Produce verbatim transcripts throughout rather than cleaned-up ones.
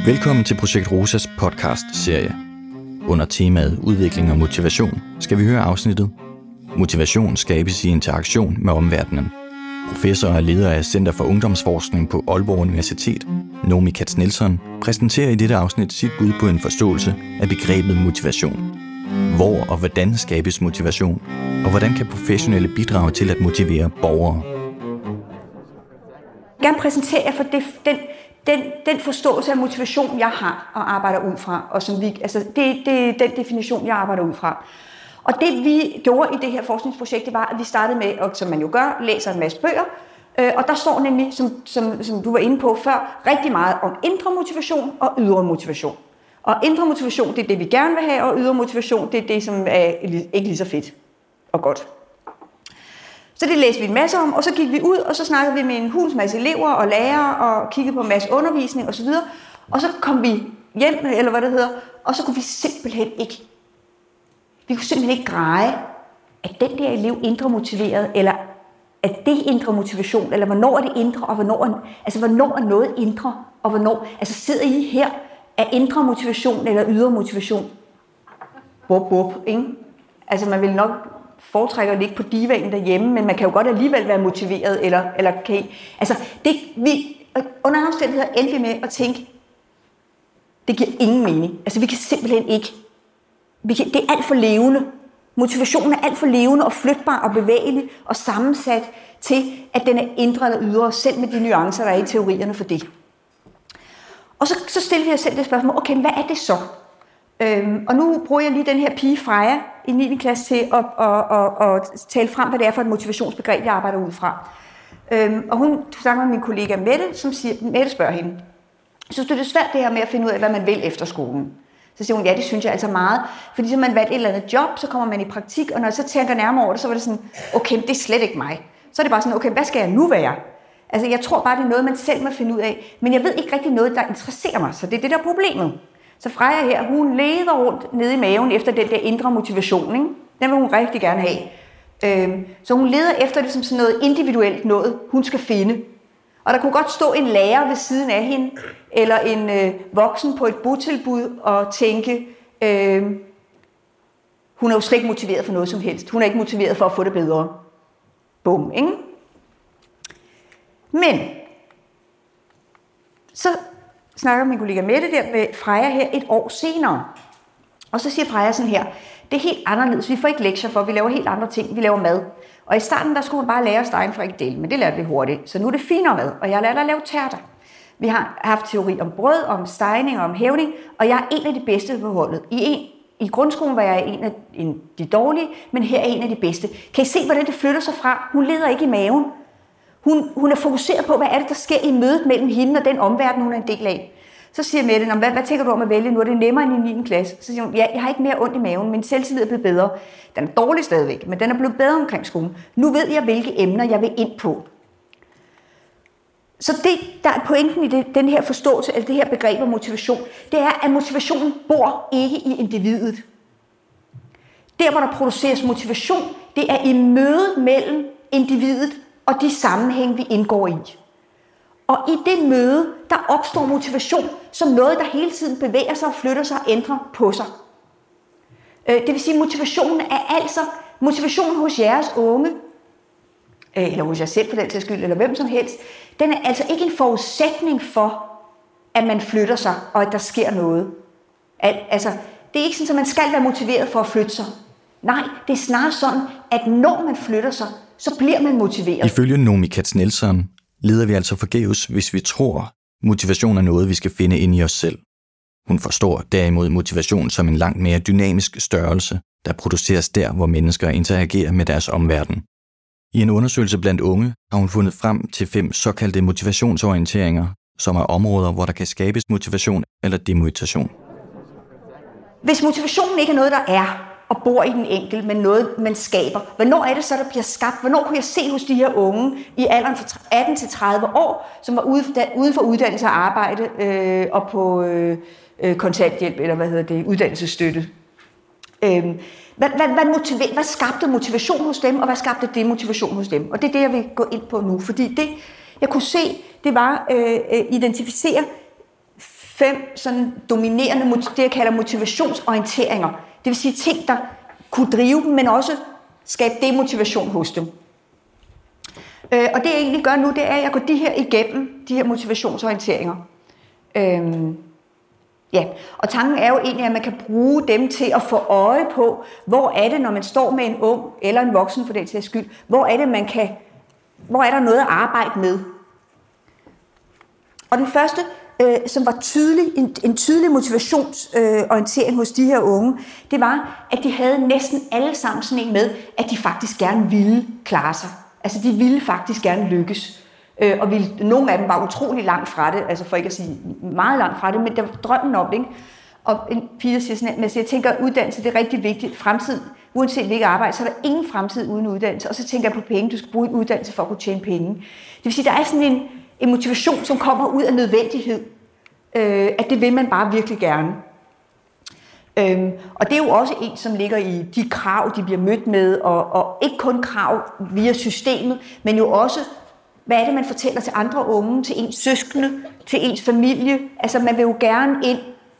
Velkommen til Projekt Rosas podcast-serie. Under temaet udvikling og motivation skal vi høre afsnittet Motivation skabes i interaktion med omverdenen. Professor og leder af Center for Ungdomsforskning på Aalborg Universitet, Noomi Katz-Nielsen, præsenterer i dette afsnit sit bud på en forståelse af begrebet motivation. Hvor og hvordan skabes motivation, og hvordan kan professionelle bidrage til at motivere borgere? Jeg vil præsentere jer for det, den, den, den forståelse af motivation, jeg har og arbejder ud fra. Og som vi, altså det, det er den definition, jeg arbejder ud fra. Og det vi gjorde i det her forskningsprojekt, det var, at vi startede med, og som man jo gør, læser en masse bøger. Øh, og der står nemlig, som, som, som du var inde på før, rigtig meget om indre motivation og ydre motivation. Og indre motivation, det er det, vi gerne vil have, og ydre motivation, det er det, som er ikke lige så fedt og godt. Så det læste vi en masse om, og så gik vi ud, og så snakkede vi med en hulens masse elever og lærere, og kiggede på en masse undervisning osv. Og så kom vi hjem, eller hvad det hedder, og så kunne vi simpelthen ikke, vi kunne simpelthen ikke greje, at den der elev indre motiveret, eller at det indre motivation, eller hvornår er det indre, og hvornår er, altså hvornår er noget indre, og hvornår, altså sidder I her, af indre motivation eller ydre motivation? Bup, bup, ikke? Altså man vil nok foretrække at ligge på divaen derhjemme, men man kan jo godt alligevel være motiveret, eller, eller kan I, altså det, vi, under omstændigheder endte vi med at tænke, det giver ingen mening. Altså vi kan simpelthen ikke, vi kan, det er alt for levende. Motivationen er alt for levende og flytbar og bevægelig og sammensat til, at den er indre eller ydre, selv med de nuancer, der er i teorierne for det. Og så, så stiller vi os selv det spørgsmål, okay, hvad er det så? Øhm, og nu bruger jeg lige den her pige Freja i niende klasse til at, at, at, at tale frem, hvad det er for et motivationsbegreb, jeg arbejder ud fra. Øhm, og hun snakker med min kollega Mette, som siger, Mette spørger hende, synes du det er svært det her med at finde ud af, hvad man vil efter skolen? Så siger hun, ja, det synes jeg altså meget. Fordi så man valgt et eller andet job, så kommer man i praktik, og når jeg så tænker nærmere over det, så var det sådan, okay, det er slet ikke mig. Så er det bare sådan, okay, hvad skal jeg nu være? Altså, jeg tror bare, det er noget, man selv må finde ud af. Men jeg ved ikke rigtig noget, der interesserer mig, så det er det, der er problemet. Så Freja her, hun leder rundt nede i maven efter den der indre motivation, ikke? Den vil hun rigtig gerne have. Øhm, så hun leder efter det som sådan noget individuelt noget, hun skal finde. Og der kunne godt stå en lærer ved siden af hende, eller en øh, voksen på et botilbud og tænke, øh, hun er jo slet ikke motiveret for noget som helst. Hun er ikke motiveret for at få det bedre. Bum, ikke? Men så snakker min kollega Mette der med Freja her et år senere. Og så siger Freja sådan her, det er helt anderledes, vi får ikke lektier for, vi laver helt andre ting, vi laver mad. Og i starten der skulle hun bare lære at stege en frikadelle, men det lærte vi hurtigt. Så nu er det finere mad, og jeg lærer at lave tærter. Vi har haft teori om brød, om stegning og om hævning, og jeg er en af de bedste på holdet. I, en, i grundskolen var jeg en af en, de dårlige, men her er en af de bedste. Kan I se, hvordan det flytter sig fra? Hun leder ikke i maven. Hun, hun er fokuseret på, hvad er det, der sker i mødet mellem hende og den omverden, hun er en del af. Så siger Mette, hvad, hvad tænker du om at vælge? Nu er det nemmere end i niende klasse. Så siger hun, ja, jeg har ikke mere ondt i maven, min selvtillid er blevet bedre. Den er dårlig stadigvæk, men den er blevet bedre omkring skolen. Nu ved jeg, hvilke emner jeg vil ind på. Så det, der er pointen i det, den her forståelse af det her begreb om motivation, det er, at motivationen bor ikke i individet. Der, hvor der produceres motivation, det er i mødet mellem individet og de sammenhæng, vi indgår i. Og i det møde, der opstår motivation som noget, der hele tiden bevæger sig og flytter sig og ændrer på sig. Det vil sige, at motivationen er altså, motivationen hos jeres unge, eller hos jer selv for den til skyld, eller hvem som helst, den er altså ikke en forudsætning for, at man flytter sig, og at der sker noget. Altså, det er ikke sådan, at man skal være motiveret for at flytte sig. Nej, det er snarere sådan, at når man flytter sig, så bliver man motiveret. Ifølge Noomi Katz-Nielsen leder vi altså forgæves, hvis vi tror, motivation er noget, vi skal finde inde i os selv. Hun forstår derimod motivation som en langt mere dynamisk størrelse, der produceres der, hvor mennesker interagerer med deres omverden. I en undersøgelse blandt unge har hun fundet frem til fem såkaldte motivationsorienteringer, som er områder, hvor der kan skabes motivation eller demotivation. Hvis motivationen ikke er noget, der er og bor i den enkelte, men noget, man skaber. Hvornår er det så, der bliver skabt? Hvornår kunne jeg se hos de her unge i alderen fra atten til tredive år, som var uden for uddannelse og arbejde øh, og på øh, kontanthjælp, eller hvad hedder det, uddannelsesstøtte? Øh, hvad, hvad, hvad, motiver, hvad skabte motivation hos dem, og hvad skabte demotivation hos dem? Og det er det, jeg vil gå ind på nu, fordi det, jeg kunne se, det var at øh, identificere fem sådan dominerende, det jeg kalder motivationsorienteringer. Det vil sige ting, der kunne drive dem, men også skabe demotivation hos dem. Øh, og det jeg egentlig gør nu, det er, at jeg går de her igennem, de her motivationsorienteringer. Øhm, ja. Og tanken er jo egentlig, at man kan bruge dem til at få øje på, hvor er det, når man står med en ung eller en voksen for den sags skyld, hvor er det, man kan, hvor er der noget at arbejde med. Og den første, øh, som var tydelig, en, en tydelig motivationsorientering øh, hos de her unge, det var, at de havde næsten alle sammen sådan en med, at de faktisk gerne ville klare sig. Altså de ville faktisk gerne lykkes. Øh, og ville, nogle af dem var utrolig langt fra det, altså for ikke at sige meget langt fra det, men der var drømmen om det, ikke? Og en pige siger sådan, at jeg tænker, at uddannelse det er rigtig vigtigt. Fremtid, uanset hvilket arbejde, så er der ingen fremtid uden uddannelse. Og så tænker jeg på penge. Du skal bruge en uddannelse for at kunne tjene penge. Det vil sige, der er sådan en, en motivation, som kommer ud af nødvendighed. Øh, at det vil man bare virkelig gerne. Øhm, og det er jo også en, som ligger i de krav, de bliver mødt med, og, og ikke kun krav via systemet, men jo også, hvad er det, man fortæller til andre unge, til ens søskende, til ens familie. Altså man vil jo gerne ind,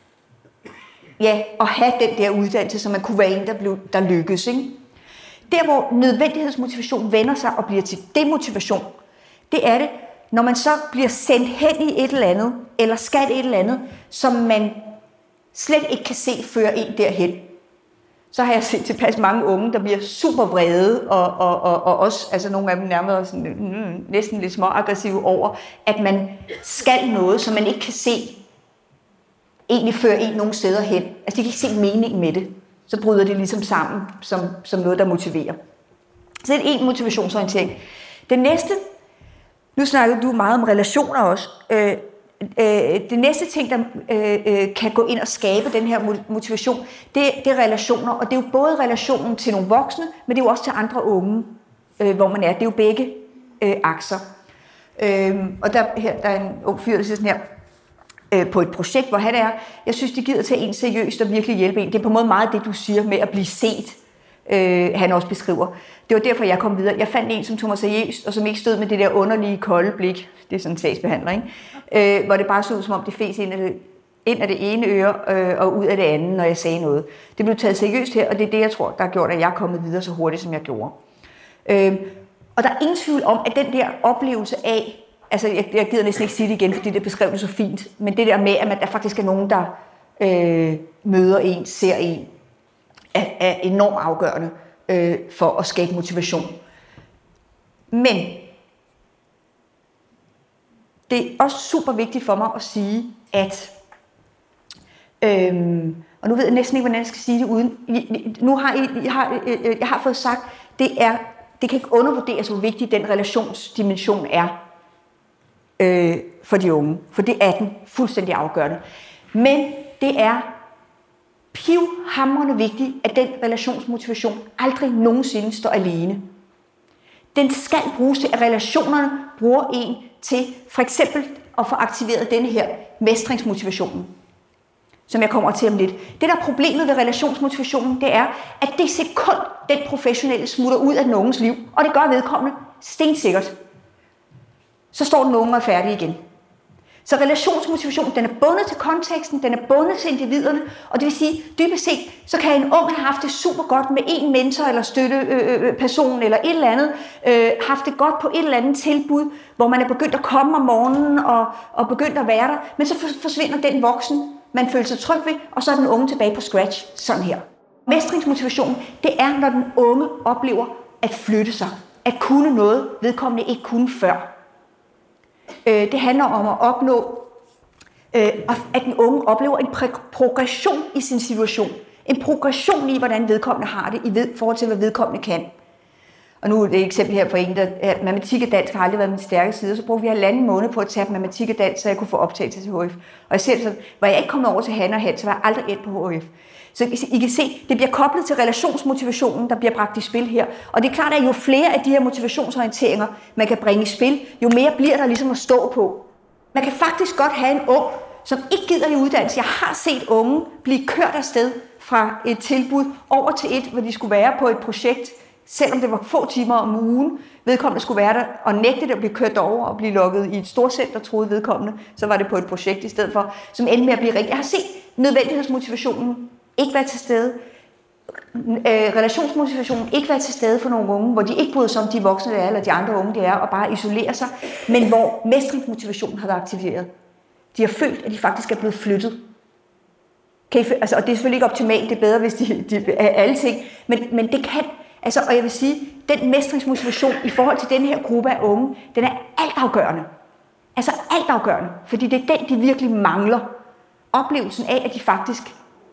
ja, og have den der uddannelse, så man kunne være en, der, blev, der lykkes, ikke? Der, hvor nødvendighedsmotivation vender sig og bliver til demotivation, det er det, når man så bliver sendt hen i et eller andet, eller skal et eller andet, som man slet ikke kan se føre en derhen. Så har jeg set tilpas mange unge, der bliver super vrede, og, og, og, og også, altså nogle af dem nærmere sådan, mm, næsten lidt småaggressive over, at man skal noget, som man ikke kan se, egentlig føre en nogle steder hen. Altså de kan ikke se meningen med det. Så bryder det ligesom sammen som, som noget, der motiverer. Så det er en motivationsorientering. Den næste, nu snakker du meget om relationer også, øh, det næste ting, der øh, kan gå ind og skabe den her motivation, det, det er relationer. Og det er jo både relationen til nogle voksne, men det er jo også til andre unge, øh, hvor man er. Det er jo begge øh, akser. Øh, og der, her, der er en ung fyr, der siger sådan her, øh, på et projekt, hvor han er, jeg synes, de gider tage en seriøst og virkelig hjælpe en. Det er på en måde meget det, du siger med at blive set, øh, han også beskriver. Det var derfor, jeg kom videre. Jeg fandt en, som tog mig seriøst, og som ikke stod med det der underlige kolde blik. Det er sådan en sagsbehandler, ikke? Øh, hvor det bare så ud, som om det fes ind af det, ind af det ene øre øh, og ud af det andet, når jeg sagde noget. Det blev taget seriøst her, og det er det, jeg tror, der har gjort, at jeg er kommet videre så hurtigt, som jeg gjorde. Øh, og der er ingen tvivl om, at den der oplevelse af, altså jeg, jeg gider næsten ikke sige det igen, fordi det beskrev det så fint, men det der med, at der faktisk er nogen, der øh, møder en, ser en, er, er enormt afgørende øh, for at skabe motivation. Men det er også super vigtigt for mig at sige, at, øhm, og nu ved jeg næsten ikke, hvordan jeg skal sige det uden, nu har I, jeg, har, jeg har fået sagt, det, er, det kan ikke undervurderes, hvor vigtig den relationsdimension er øh, for de unge, for det er den fuldstændig afgørende. Men det er pivhamrende vigtigt, at den relationsmotivation aldrig nogensinde står alene. Den skal bruges til, at relationerne bruger en til for eksempel at få aktiveret denne her mestringsmotivationen, som jeg kommer til om lidt. Det, der er problemet ved relationsmotivationen, det er, at det sekund, den professionelle smutter ud af den unges liv, og det gør vedkommende stensikkert, så står den unge og er færdig igen. Så relationsmotivation, den er bundet til konteksten, den er bundet til individerne, og det vil sige, dybest set, så kan en ung have haft det super godt med en mentor eller støtteperson eller et eller andet, øh, haft det godt på et eller andet tilbud, hvor man er begyndt at komme om morgenen og, og begyndt at være der, men så forsvinder den voksen, man føler sig tryg ved, og så er den unge tilbage på scratch, sådan her. Mestringsmotivation, det er, når den unge oplever at flytte sig, at kunne noget, vedkommende ikke kunne før. Det handler om at opnå, at den unge oplever en progression i sin situation. En progression i, hvordan vedkommende har det i forhold til, hvad vedkommende kan. Og nu er det et eksempel her på en, der at matematik og dansk har aldrig været min stærke side, så brugte vi halvanden måned på at tage matematik og dansk, så jeg kunne få optagelse til H F. Og jeg ser det sådan, var jeg ikke kommet over til Hanne og Hans, så var jeg aldrig endt på H F. Så I kan se, det bliver koblet til relationsmotivationen, der bliver bragt i spil her. Og det er klart, at jo flere af de her motivationsorienteringer, man kan bringe i spil, jo mere bliver der ligesom at stå på. Man kan faktisk godt have en ung, som ikke gider i uddannelse. Jeg har set unge blive kørt afsted fra et tilbud over til et, hvor de skulle være på et projekt selvom det var få timer om ugen, vedkommende skulle være der, og nægte det at blive kørt over og blive lukket i et storcenter, troede vedkommende, så var det på et projekt i stedet for, som endte med at blive rigtigt. Jeg har set nødvendighedsmotivationen ikke være til stede, øh, relationsmotivationen ikke være til stede for nogle unge, hvor de ikke bryder sig om de voksne, der er, eller de andre unge, der er, og bare isolerer sig, men hvor mestringsmotivationen har været aktiveret. De har følt, at de faktisk er blevet flyttet. Okay, altså, og det er selvfølgelig ikke optimalt, det er bedre, hvis de, de er alle ting, men, men det kan, altså, og jeg vil sige, den mestringsmotivation i forhold til den her gruppe af unge, den er altafgørende. Altså altafgørende, fordi det er den, de virkelig mangler. Oplevelsen af, at de faktisk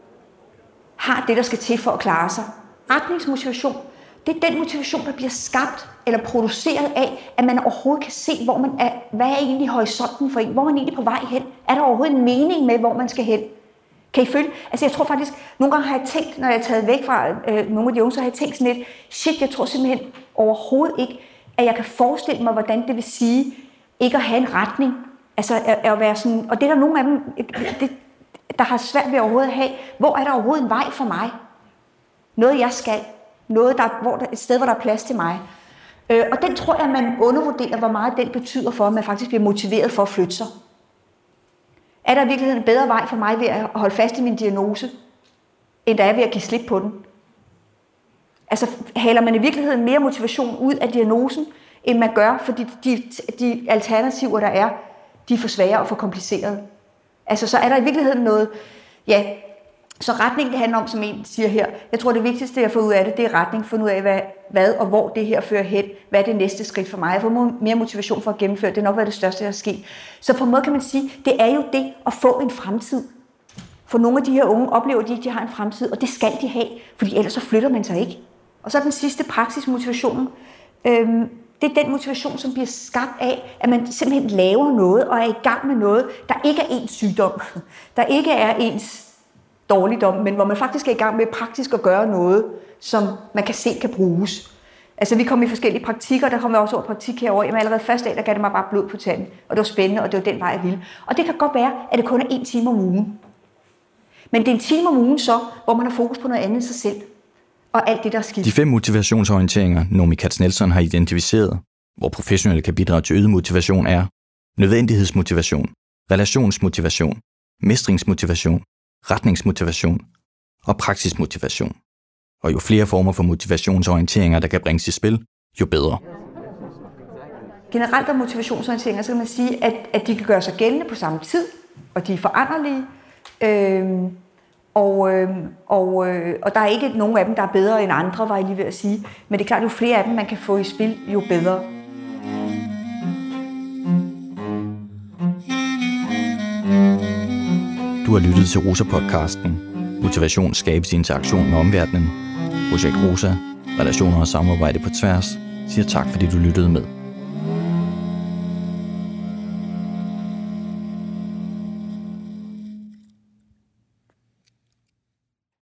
har det, der skal til for at klare sig. Retningsmotivation, det er den motivation, der bliver skabt eller produceret af, at man overhovedet kan se, hvor man er, hvad er egentlig horisonten for en, hvor er man egentlig på vej hen? Er der overhovedet en mening med, hvor man skal hen? Kan I følge? Altså jeg tror faktisk, nogle gange har jeg tænkt, når jeg er taget væk fra øh, nogle af de unge, så har jeg tænkt sådan lidt, shit, jeg tror simpelthen overhovedet ikke, at jeg kan forestille mig, hvordan det vil sige, ikke at have en retning. Altså at, at være sådan, og det er der nogle af dem, det, der har svært ved overhovedet at have, hvor er der overhovedet en vej for mig? Noget jeg skal, noget der, hvor der, et sted, hvor der er plads til mig. Øh, og den tror jeg, at man undervurderer, hvor meget den betyder for, at man faktisk bliver motiveret for at flytte sig. Er der i virkeligheden en bedre vej for mig ved at holde fast i min diagnose, end der er ved at give slip på den? Altså haler man i virkeligheden mere motivation ud af diagnosen, end man gør, fordi de, de alternativer, der er, de er for svære og for komplicerede. Altså så er der i virkeligheden noget, ja, så retning det handler om, som en siger her. Jeg tror det vigtigste at få ud af det, det er retning, finde ud af hvad, hvad og hvor det her fører hen. Hvad er det næste skridt for mig? Jeg får mere motivation for at gennemføre, det er nok været det største, der er sket. Så på en måde kan man sige, det er jo det at få en fremtid. For nogle af de her unge oplever de ikke, de har en fremtid, og det skal de have, fordi ellers så flytter man sig ikke. Og så den sidste praksismotivation. Øhm, det er den motivation, som bliver skabt af, at man simpelthen laver noget og er i gang med noget, der ikke er ens sygdom, der ikke er ens dårligdom, men hvor man faktisk er i gang med praktisk at gøre noget, som man kan se kan bruges. Altså vi kom i forskellige praktikker, der kom jeg også over praktik herovre. Jamen allerede første dag, der gav det mig bare blod på tanden, og det var spændende, og det var den vej, jeg ville. Og det kan godt være, at det kun er en time om ugen. Men det er en time om ugen så, hvor man har fokus på noget andet end sig selv, og alt det, der er skidt. De fem motivationsorienteringer, Noomi Katz-Nelson har identificeret, hvor professionelle kan bidrage til øget motivation, er nødvendighedsmotivation, relationsmotivation, mestringsmotivation, retningsmotivation og praksismotivation. Og jo flere former for motivationsorienteringer, der kan bringes i spil, jo bedre. Generelt om motivationsorienteringer, så kan man sige, at, at de kan gøre sig gældende på samme tid, og de er foranderlige. Øhm, og, øhm, og, øh, og der er ikke nogen af dem, der er bedre end andre, var jeg lige ved at sige. Men det er klart, jo flere af dem, man kan få i spil, jo bedre. Du har lyttet til Rosa-podcasten. Motivation skabes i interaktion med omverdenen. Projekt Rosa, relationer og samarbejde på tværs, siger tak, fordi du lyttede med.